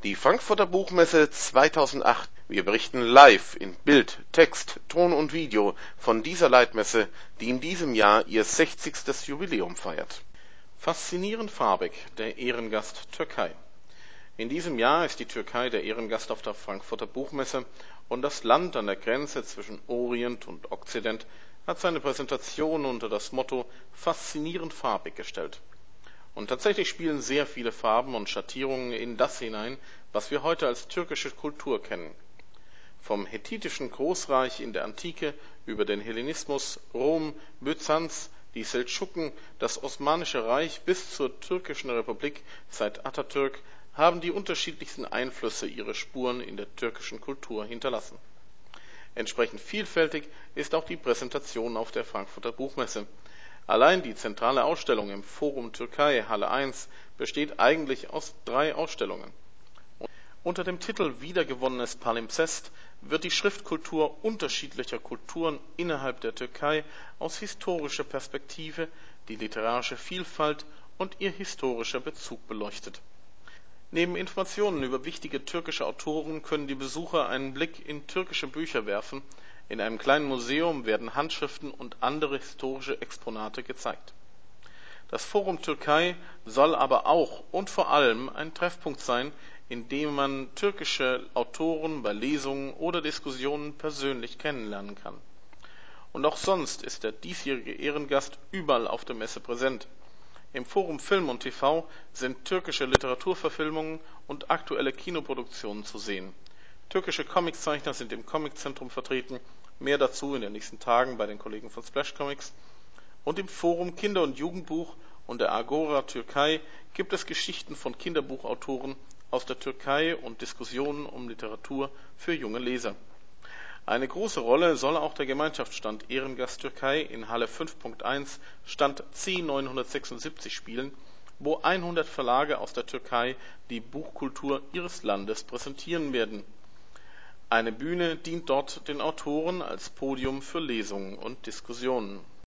Die Frankfurter Buchmesse 2008. Wir berichten live in Bild, Text, Ton und Video von dieser Leitmesse, die in diesem Jahr ihr 60. Jubiläum feiert. Faszinierend farbig, der Ehrengast Türkei. In diesem Jahr ist die Türkei der Ehrengast auf der Frankfurter Buchmesse und das Land an der Grenze zwischen Orient und Okzident hat seine Präsentation unter das Motto Faszinierend farbig gestellt. Und tatsächlich spielen sehr viele Farben und Schattierungen in das hinein, was wir heute als türkische Kultur kennen. Vom hethitischen Großreich in der Antike über den Hellenismus, Rom, Byzanz, die Seldschuken, das Osmanische Reich bis zur türkischen Republik seit Atatürk haben die unterschiedlichsten Einflüsse ihre Spuren in der türkischen Kultur hinterlassen. Entsprechend vielfältig ist auch die Präsentation auf der Frankfurter Buchmesse. Allein die zentrale Ausstellung im Forum Türkei, Halle 1, besteht eigentlich aus 3 Ausstellungen. Unter dem Titel Wiedergewonnenes Palimpsest wird die Schriftkultur unterschiedlicher Kulturen innerhalb der Türkei aus historischer Perspektive, die literarische Vielfalt und ihr historischer Bezug beleuchtet. Neben Informationen über wichtige türkische Autoren können die Besucher einen Blick in türkische Bücher werfen. In einem kleinen Museum werden Handschriften und andere historische Exponate gezeigt. Das Forum Türkei soll aber auch und vor allem ein Treffpunkt sein, in dem man türkische Autoren bei Lesungen oder Diskussionen persönlich kennenlernen kann. Und auch sonst ist der diesjährige Ehrengast überall auf der Messe präsent. Im Forum Film und TV sind türkische Literaturverfilmungen und aktuelle Kinoproduktionen zu sehen. Türkische Comiczeichner sind im Comiczentrum vertreten, mehr dazu in den nächsten Tagen bei den Kollegen von Splash Comics. Und im Forum Kinder- und Jugendbuch und der Agora Türkei gibt es Geschichten von Kinderbuchautoren aus der Türkei und Diskussionen um Literatur für junge Leser. Eine große Rolle soll auch der Gemeinschaftsstand Ehrengast Türkei in Halle 5.1 Stand C976 spielen, wo 100 Verlage aus der Türkei die Buchkultur ihres Landes präsentieren werden. Eine Bühne dient dort den Autoren als Podium für Lesungen und Diskussionen.